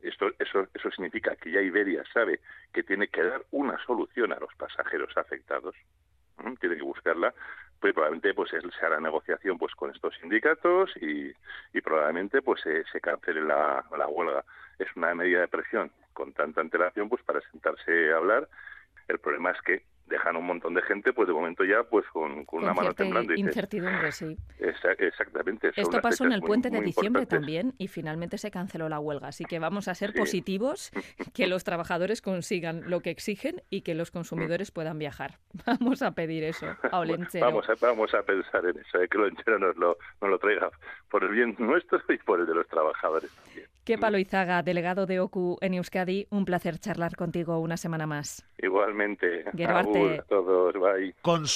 eso significa que ya Iberia sabe que tiene que dar una solución a los pasajeros afectados, tiene que buscarla, pues probablemente pues se hará negociación pues con estos sindicatos y probablemente pues se cancele la huelga. Es una medida de presión con tanta antelación pues para sentarse a hablar. El problema es que dejan un montón de gente, pues de momento ya pues con una mano temblando. Incertidumbre, sí. Exactamente. Esto pasó en el puente de diciembre importantes. también y finalmente se canceló la huelga. Así que vamos a ser positivos, que los trabajadores consigan lo que exigen y que los consumidores puedan viajar. Vamos a pedir eso a Olentzero. Vamos a pensar en eso, que Olentzero nos lo traiga por el bien nuestro y por el de los trabajadores también. Kepa Loizaga, delegado de OCU en Euskadi, un placer charlar contigo una semana más. Igualmente. Gero arte. Agur a todos, bye.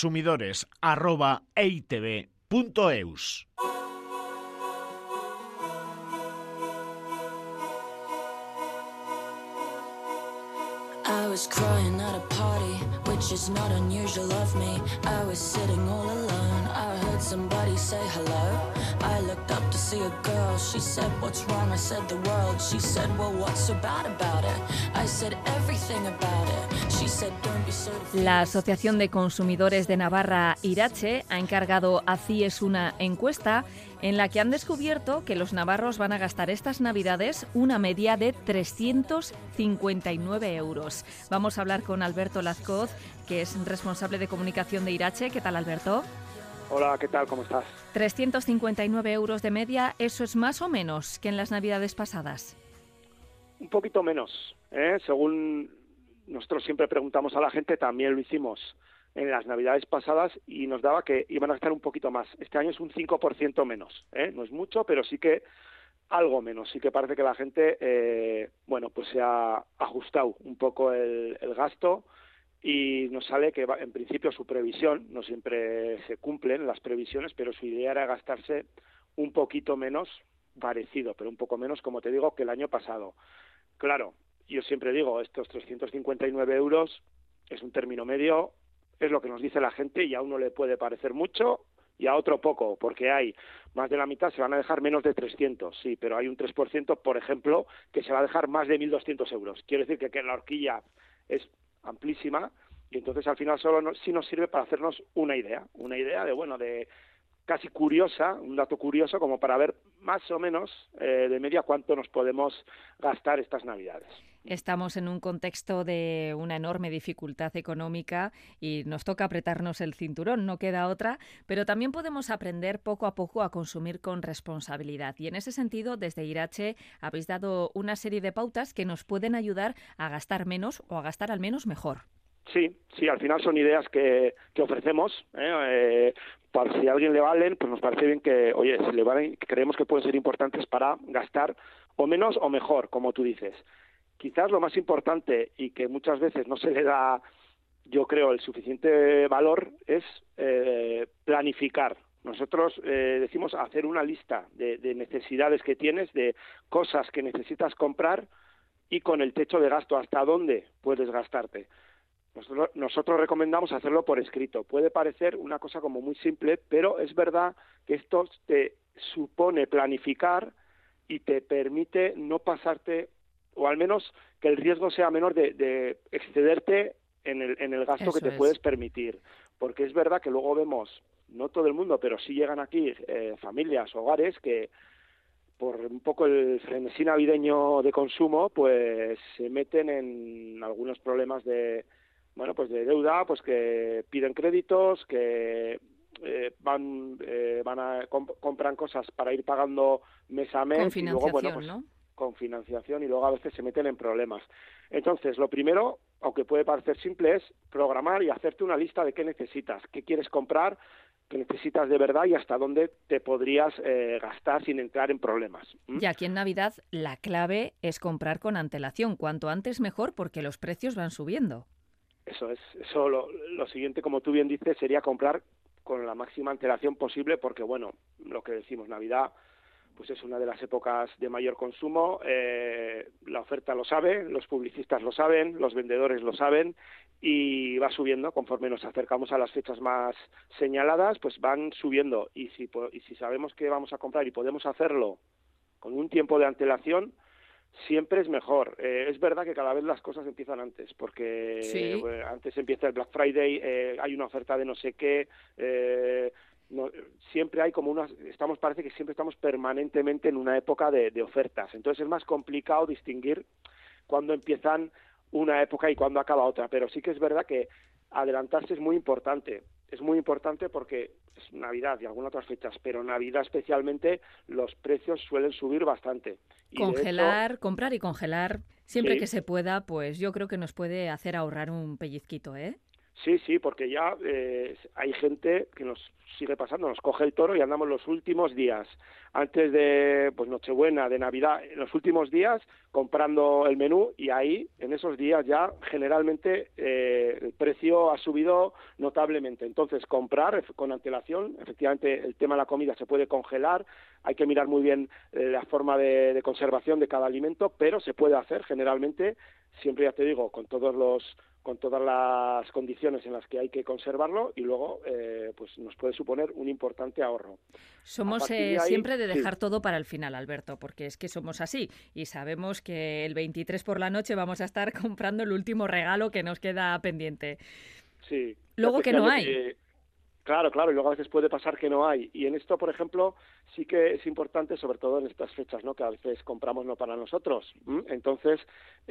Consumidores@eitb.eus. I was crying at a party, which is not unusual of me. I was sitting all alone. I heard somebody say hello. I looked up to see a girl. She said, "What's wrong?" I said, "The world." She said, "Well, what's so bad about it?" I said, "Everything about it." She said, "Don't be so defeated." La Asociación de Consumidores de Navarra, Irache, ha encargado a CIES una encuesta en la que han descubierto que los navarros van a gastar estas Navidades una media de 359 euros. Vamos a hablar con Alberto Lazcoz, que es responsable de comunicación de Irache. ¿Qué tal, Alberto? Hola, ¿qué tal? ¿Cómo estás? 359 euros de media, ¿eso es más o menos que en las Navidades pasadas? Un poquito menos, según nosotros siempre preguntamos a la gente, también lo hicimos en las Navidades pasadas y nos daba que iban a gastar un poquito más. Este año es un 5% menos, no es mucho, pero sí que algo menos. Sí que parece que la gente, pues se ha ajustado un poco el gasto y nos sale que en principio su previsión, no siempre se cumplen las previsiones, pero su idea era gastarse un poquito menos, parecido, pero un poco menos, como te digo, que el año pasado. Claro, yo siempre digo, estos 359 euros es un término medio, es lo que nos dice la gente y a uno le puede parecer mucho y a otro poco, porque hay más de la mitad se van a dejar menos de 300, sí, pero hay un 3%, por ejemplo, que se va a dejar más de 1.200 euros. Quiere decir que la horquilla es amplísima y entonces al final solo sí nos sirve para hacernos una idea de casi curiosa, un dato curioso como para ver más o menos de media cuánto nos podemos gastar estas Navidades. Estamos en un contexto de una enorme dificultad económica y nos toca apretarnos el cinturón, no queda otra, pero también podemos aprender poco a poco a consumir con responsabilidad. Y en ese sentido, desde Irache habéis dado una serie de pautas que nos pueden ayudar a gastar menos o a gastar al menos mejor. Sí, al final son ideas que ofrecemos, para si a alguien le valen, pues nos parece bien que, oye, si le valen, creemos que pueden ser importantes para gastar o menos o mejor, como tú dices. Quizás lo más importante y que muchas veces no se le da, yo creo, el suficiente valor es planificar. Nosotros decimos hacer una lista de necesidades que tienes, de cosas que necesitas comprar y con el techo de gasto, hasta dónde puedes gastarte. Nosotros recomendamos hacerlo por escrito. Puede parecer una cosa como muy simple, pero es verdad que esto te supone planificar y te permite no pasarte, o al menos que el riesgo sea menor de excederte en el gasto que te puedes permitir. Porque es verdad que luego vemos, no todo el mundo, pero sí llegan aquí familias, hogares que por un poco el frenesí navideño de consumo, pues se meten en algunos problemas de deuda, pues que piden créditos, que compran cosas para ir pagando mes a mes. Con financiación, y luego, ¿no? Con financiación y luego a veces se meten en problemas. Entonces, lo primero, aunque puede parecer simple, es programar y hacerte una lista de qué necesitas, qué quieres comprar, qué necesitas de verdad y hasta dónde te podrías gastar sin entrar en problemas. Y aquí en Navidad la clave es comprar con antelación. Cuanto antes mejor porque los precios van subiendo. Eso es. Lo siguiente, como tú bien dices, sería comprar con la máxima antelación posible porque, bueno, lo que decimos, Navidad pues es una de las épocas de mayor consumo, la oferta lo sabe, los publicistas lo saben, los vendedores lo saben y va subiendo conforme nos acercamos a las fechas más señaladas, pues van subiendo y si sabemos que vamos a comprar y podemos hacerlo con un tiempo de antelación, siempre es mejor. Es verdad que cada vez las cosas empiezan antes, porque sí. Antes empieza el Black Friday, hay una oferta de no sé qué, siempre hay como parece que siempre estamos permanentemente en una época de ofertas. Entonces es más complicado distinguir cuándo empiezan una época y cuándo acaba otra, pero sí que es verdad que adelantarse es muy importante. Es muy importante porque es Navidad y algunas otras fechas, pero Navidad especialmente los precios suelen subir bastante. Y congelar, comprar y congelar, siempre sí, que se pueda, pues yo creo que nos puede hacer ahorrar un pellizquito, ¿eh? sí, porque ya hay gente que nos sigue pasando, nos coge el toro y andamos los últimos días, antes de pues Nochebuena, de Navidad, en los últimos días comprando el menú y ahí, en esos días ya generalmente el precio ha subido notablemente. Entonces, comprar con antelación, efectivamente el tema de la comida se puede congelar, hay que mirar muy bien la forma de conservación de cada alimento, pero se puede hacer generalmente, siempre ya te digo, con todas las condiciones en las que hay que conservarlo y luego pues nos puede suponer un importante ahorro. Somos De ahí, siempre de dejar sí. todo para el final, Alberto, porque es que somos así y sabemos que el 23 por la noche vamos a estar comprando el último regalo que nos queda pendiente. Sí. Luego que no hay. Claro, y luego a veces puede pasar que no hay. Y en esto, por ejemplo, sí que es importante, sobre todo en estas fechas, ¿no? Que a veces compramos no para nosotros. Entonces,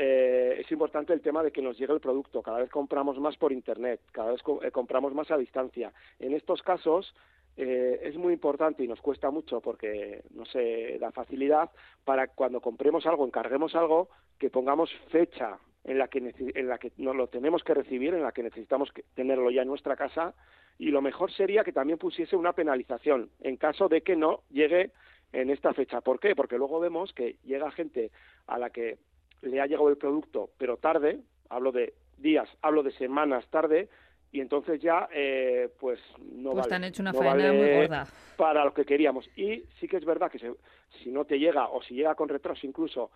es importante el tema de que nos llegue el producto. Cada vez compramos más por Internet, cada vez compramos más a distancia. En estos casos, es muy importante y nos cuesta mucho porque no se da facilidad para cuando compremos algo, encarguemos algo, que pongamos fecha en la que nos lo tenemos que recibir, en la que necesitamos tenerlo ya en nuestra casa, y lo mejor sería que también pusiese una penalización en caso de que no llegue en esta fecha. ¿Por qué? Porque luego vemos que llega gente a la que le ha llegado el producto, pero tarde, hablo de días, hablo de semanas tarde, y entonces ya pues no Pues vale. te han hecho una no faena vale muy gorda. para lo que queríamos. Y sí que es verdad que si no te llega o si llega con retraso incluso,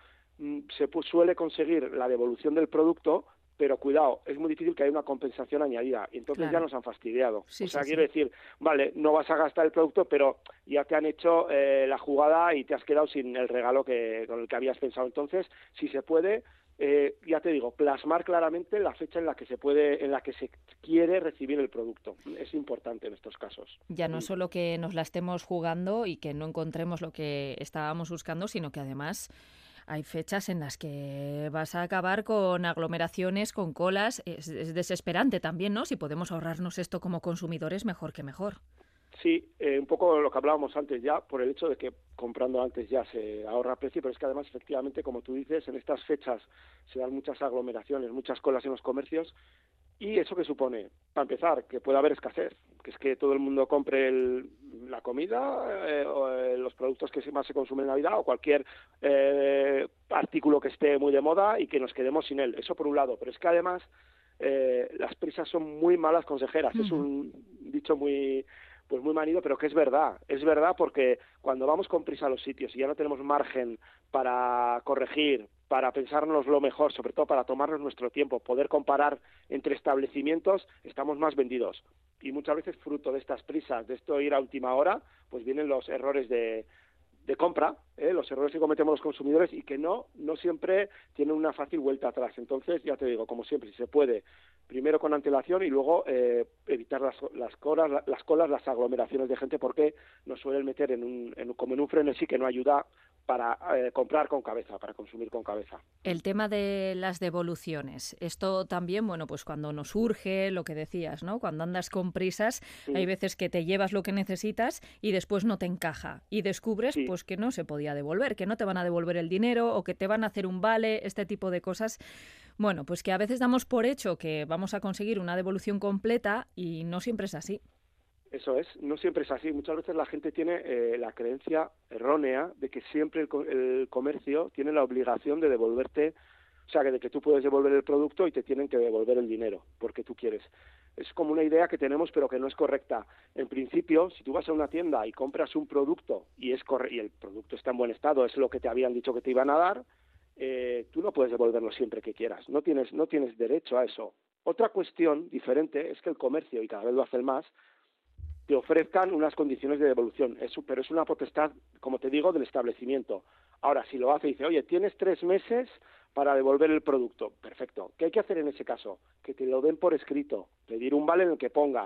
suele conseguir la devolución del producto, pero cuidado, es muy difícil que haya una compensación añadida y entonces Claro. ya nos han fastidiado. Sí, O sea, sí, quiero sí. decir, vale, no vas a gastar el producto, pero ya te han hecho la jugada y te has quedado sin el regalo con el que habías pensado. Entonces, si se puede, ya te digo, plasmar claramente la fecha en la que se quiere recibir el producto. Es importante en estos casos. Ya no solo que nos la estemos jugando y que no encontremos lo que estábamos buscando, sino que además hay fechas en las que vas a acabar con aglomeraciones, con colas. Es desesperante también, ¿no? Si podemos ahorrarnos esto como consumidores, mejor que mejor. Sí, un poco lo que hablábamos antes ya, por el hecho de que comprando antes ya se ahorra precio, pero es que además, efectivamente, como tú dices, en estas fechas se dan muchas aglomeraciones, muchas colas en los comercios, y eso que supone, para empezar, que puede haber escasez, que es que todo el mundo compre la comida, los productos que más se consumen en Navidad o cualquier artículo que esté muy de moda y que nos quedemos sin él. Eso por un lado, pero es que además las prisas son muy malas consejeras. Es un dicho muy manido, pero que es verdad porque cuando vamos con prisa a los sitios y ya no tenemos margen para corregir, para pensarnos lo mejor, sobre todo para tomarnos nuestro tiempo, poder comparar entre establecimientos, estamos más vendidos. Y muchas veces fruto de estas prisas, de esto ir a última hora, pues vienen los errores de compra, los errores que cometemos los consumidores y que no siempre tienen una fácil vuelta atrás. Entonces, ya te digo, como siempre, si se puede, primero con antelación y luego evitar las colas, las aglomeraciones de gente, porque nos suelen meter como en un frenesí que no ayuda para comprar con cabeza, para consumir con cabeza. El tema de las devoluciones. Esto también, bueno, pues cuando nos urge, lo que decías, ¿no? Cuando andas con prisas, hay veces que te llevas lo que necesitas y después no te encaja. Y descubres, pues, que no se podía devolver, que no te van a devolver el dinero o que te van a hacer un vale, este tipo de cosas. Bueno, pues que a veces damos por hecho que vamos a conseguir una devolución completa y no siempre es así. Eso es, no siempre es así. Muchas veces la gente tiene la creencia errónea de que siempre el comercio tiene la obligación de devolverte, o sea, de que tú puedes devolver el producto y te tienen que devolver el dinero porque tú quieres. Es como una idea que tenemos pero que no es correcta. En principio, si tú vas a una tienda y compras un producto y el producto está en buen estado, es lo que te habían dicho que te iban a dar, tú no puedes devolverlo siempre que quieras. No tienes derecho a eso. Otra cuestión diferente es que el comercio, y cada vez lo hacen más, te ofrezcan unas condiciones de devolución, pero es una potestad, como te digo, del establecimiento. Ahora, si lo hace y dice, oye, tienes 3 meses para devolver el producto, perfecto. ¿Qué hay que hacer en ese caso? Que te lo den por escrito, pedir un vale en el que ponga,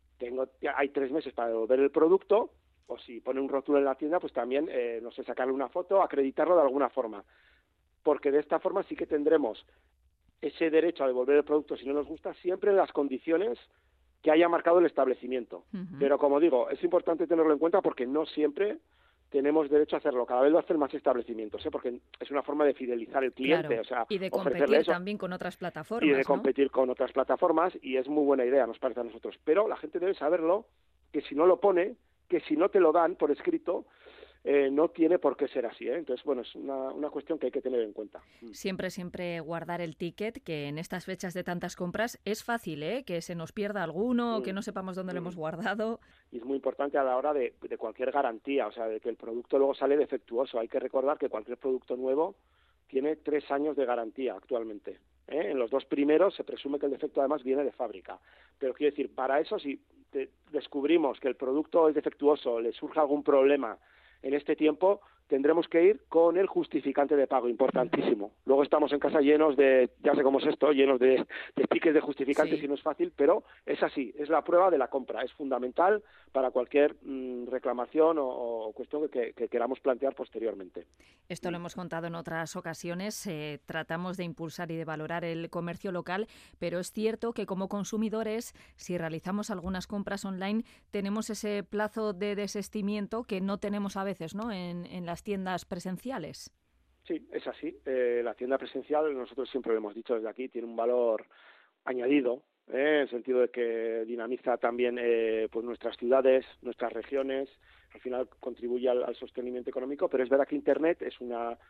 hay 3 meses para devolver el producto, o si pone un rótulo en la tienda, pues también, no sé, sacarle una foto, acreditarlo de alguna forma. Porque de esta forma sí que tendremos ese derecho a devolver el producto si no nos gusta, siempre en las condiciones que haya marcado el establecimiento. Pero como digo, es importante tenerlo en cuenta porque no siempre tenemos derecho a hacerlo. Cada vez lo hacen más establecimientos, porque es una forma de fidelizar el cliente. Claro, O sea, y de ofrecerle competir eso. también con otras plataformas, Y de ¿no? competir con otras plataformas, y es muy buena idea, nos parece a nosotros. Pero la gente debe saberlo, que si no lo pone, que si no te lo dan por escrito, no tiene por qué ser así, ¿eh? Entonces, bueno, es una cuestión que hay que tener en cuenta. Siempre guardar el ticket, que en estas fechas de tantas compras es fácil, que se nos pierda alguno, que no sepamos dónde lo hemos guardado. Y es muy importante a la hora de cualquier garantía, o sea, de que el producto luego sale defectuoso. Hay que recordar que cualquier producto nuevo tiene 3 años de garantía actualmente, ¿eh? En los 2 primeros se presume que el defecto además viene de fábrica. Pero quiero decir, para eso, si descubrimos que el producto es defectuoso, le surge algún problema en este tiempo, tendremos que ir con el justificante de pago, importantísimo. Luego estamos en casa llenos de, ya sé cómo es esto, llenos de tickets de justificantes, Sí. y no es fácil, pero es así, es la prueba de la compra, es fundamental para cualquier reclamación o cuestión que queramos plantear posteriormente. Esto lo hemos contado en otras ocasiones, tratamos de impulsar y de valorar el comercio local, pero es cierto que como consumidores, si realizamos algunas compras online, tenemos ese plazo de desistimiento que no tenemos a veces, ¿no?, en las tiendas presenciales. Sí, es así. La tienda presencial, nosotros siempre lo hemos dicho desde aquí, tiene un valor añadido, en el sentido de que dinamiza también pues nuestras ciudades, nuestras regiones, al final contribuye al sostenimiento económico, pero es verdad que Internet es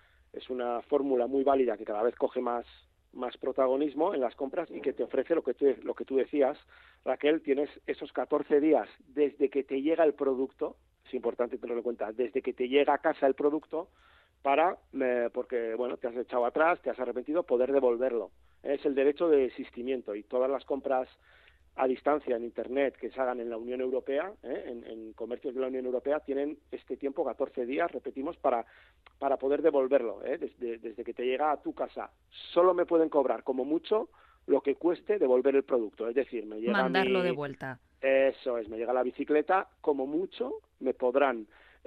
una fórmula muy válida que cada vez coge más protagonismo en las compras y que te ofrece lo que tú decías, Raquel. Tienes esos 14 días desde que te llega el producto, es importante tenerlo en cuenta, desde que te llega a casa el producto, para, porque bueno, te has echado atrás, te has arrepentido, poder devolverlo. Es el derecho de desistimiento, y todas las compras a distancia en Internet que se hagan en la Unión Europea, en comercios de la Unión Europea, tienen este tiempo, 14 días, repetimos, para poder devolverlo, desde que te llega a tu casa. Solo me pueden cobrar, como mucho, lo que cueste devolver el producto, es decir, me llega mandarlo de vuelta. Eso es, me llega la bicicleta, como mucho me podrán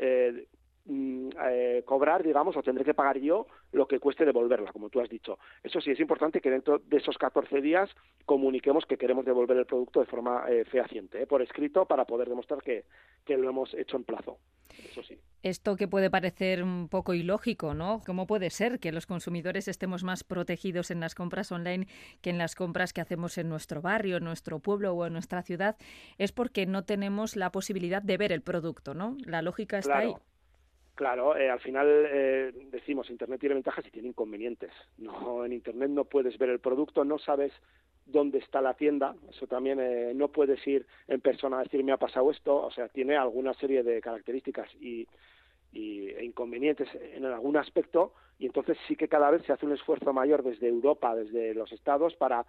cobrar, digamos, o tendré que pagar yo lo que cueste devolverla, como tú has dicho. Eso sí, es importante que dentro de esos 14 días comuniquemos que queremos devolver el producto de forma fehaciente, por escrito, para poder demostrar que lo hemos hecho en plazo. Eso sí. Esto que puede parecer un poco ilógico, ¿no? ¿Cómo puede ser que los consumidores estemos más protegidos en las compras online que en las compras que hacemos en nuestro barrio, en nuestro pueblo o en nuestra ciudad? Es porque no tenemos la posibilidad de ver el producto, ¿no? La lógica está ahí. Claro, al final decimos, Internet tiene ventajas y tiene inconvenientes. No, en Internet no puedes ver el producto, no sabes dónde está la tienda, eso también, no puedes ir en persona a decir me ha pasado esto, o sea, tiene alguna serie de características e inconvenientes en algún aspecto, y entonces sí que cada vez se hace un esfuerzo mayor desde Europa, desde los Estados, para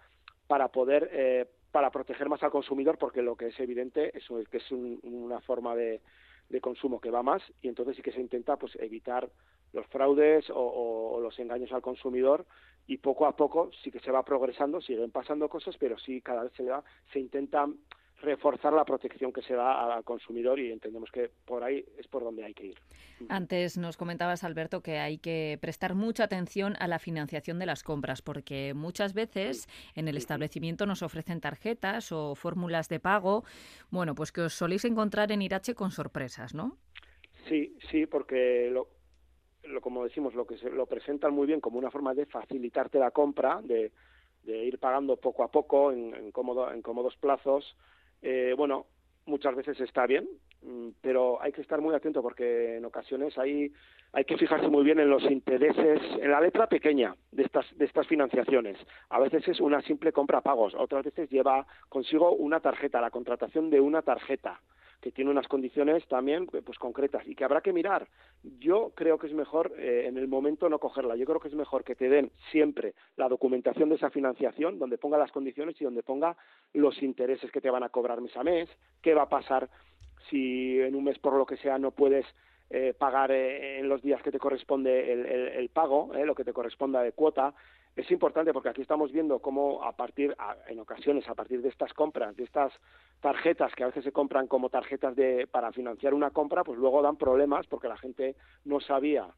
poder para proteger más al consumidor, porque lo que es evidente es que es una forma de consumo que va más, y entonces sí que se intenta pues evitar los fraudes o los engaños al consumidor, y poco a poco sí que se va progresando, siguen pasando cosas, pero sí cada vez se intenta reforzar la protección que se da al consumidor, y entendemos que por ahí es por donde hay que ir. Antes nos comentabas, Alberto, que hay que prestar mucha atención a la financiación de las compras, porque muchas veces en el establecimiento nos ofrecen tarjetas o fórmulas de pago, bueno, pues que os soléis encontrar en Irache con sorpresas, ¿no? Sí, porque como decimos, lo presentan muy bien como una forma de facilitarte la compra, de ir pagando poco a poco en cómodos plazos. Bueno, muchas veces está bien, pero hay que estar muy atento, porque en ocasiones hay que fijarse muy bien en los intereses, en la letra pequeña de estas financiaciones. A veces es una simple compra a pagos, otras veces lleva consigo una tarjeta, la contratación de una tarjeta, que tiene unas condiciones también pues concretas y que habrá que mirar. Yo creo que es mejor en el momento no cogerla. Yo creo que es mejor que te den siempre la documentación de esa financiación, donde ponga las condiciones y donde ponga los intereses que te van a cobrar mes a mes, qué va a pasar si en un mes por lo que sea no puedes pagar en los días que te corresponde el pago, lo que te corresponda de cuota. Es importante, porque aquí estamos viendo cómo en ocasiones, a partir de estas compras, de estas tarjetas que a veces se compran como tarjetas para financiar una compra, pues luego dan problemas porque la gente no sabía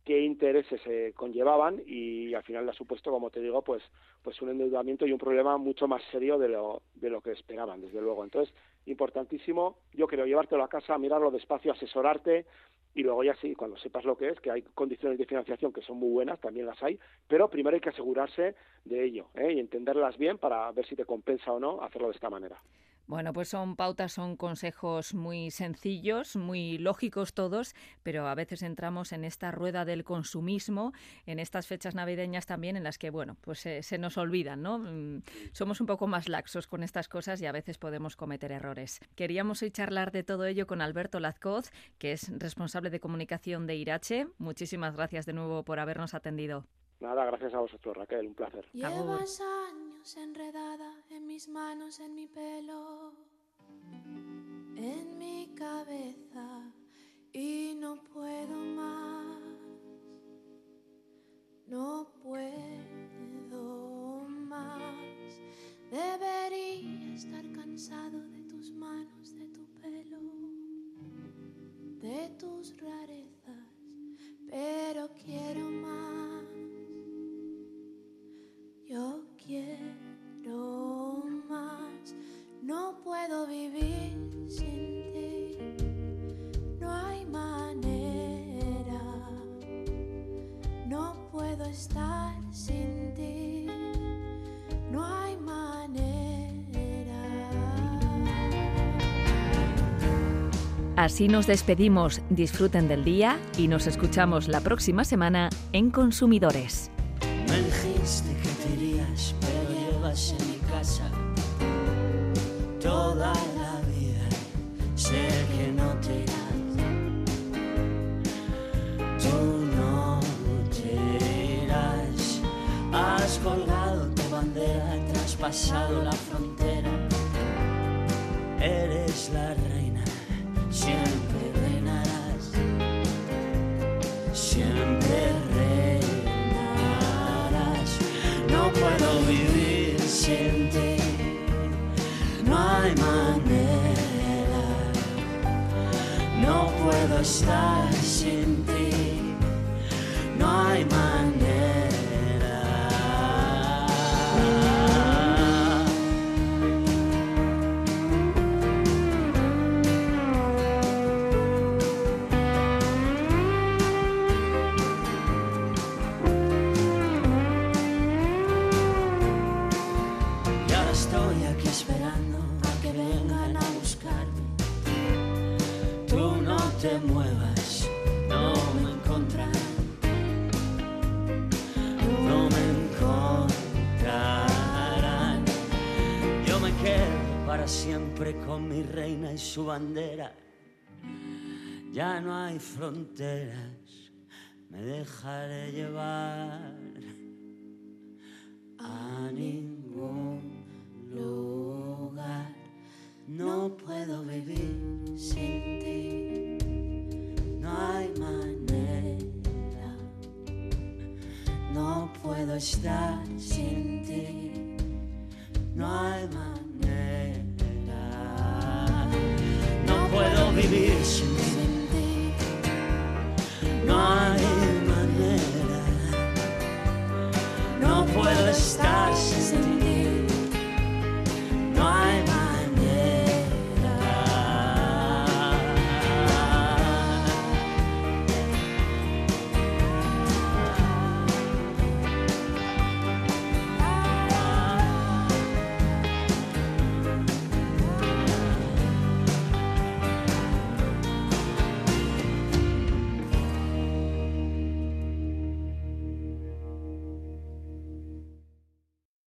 qué intereses conllevaban, y al final le ha supuesto, como te digo, pues un endeudamiento y un problema mucho más serio de lo que esperaban, desde luego. Entonces, importantísimo, yo creo, llevártelo a casa, mirarlo despacio, asesorarte, y luego ya sí, cuando sepas lo que es, que hay condiciones de financiación que son muy buenas, también las hay, pero primero hay que asegurarse de ello, y entenderlas bien para ver si te compensa o no hacerlo de esta manera. Bueno, pues son pautas, son consejos muy sencillos, muy lógicos todos, pero a veces entramos en esta rueda del consumismo, en estas fechas navideñas también, en las que, bueno, pues se nos olvidan, ¿no? Somos un poco más laxos con estas cosas y a veces podemos cometer errores. Queríamos hoy charlar de todo ello con Alberto Lazcoz, que es responsable de comunicación de Irache. Muchísimas gracias de nuevo por habernos atendido. Nada, gracias a vosotros, Raquel, un placer. Llevas años enredada en mis manos, en mi pelo, en mi cabeza, y no puedo más, no puedo más. Debería estar cansado de tus manos, de tu pelo, de tus rarezas, pero quiero más. Yo quiero más, no puedo vivir sin ti, no hay manera, no puedo estar sin ti, no hay manera. Así nos despedimos, disfruten del día y nos escuchamos la próxima semana en Consumidores. Me dijiste que te irías, pero llevas en mi casa toda la vida. Sé que no te irás, tú no te irás. Has colgado tu bandera, traspasado la frontera. Eres la reina, siempre reinarás, siempre reinarás. No puedo vivir sin ti, no hay manera, no puedo estar sin ti, no hay manera. Te muevas, no me encontrarán, no me encontrarán. Yo me quedo para siempre con mi reina y su bandera. Ya no hay fronteras, me dejaré llevar a ningún lugar. No puedo vivir sin ti, no hay manera, no puedo estar sin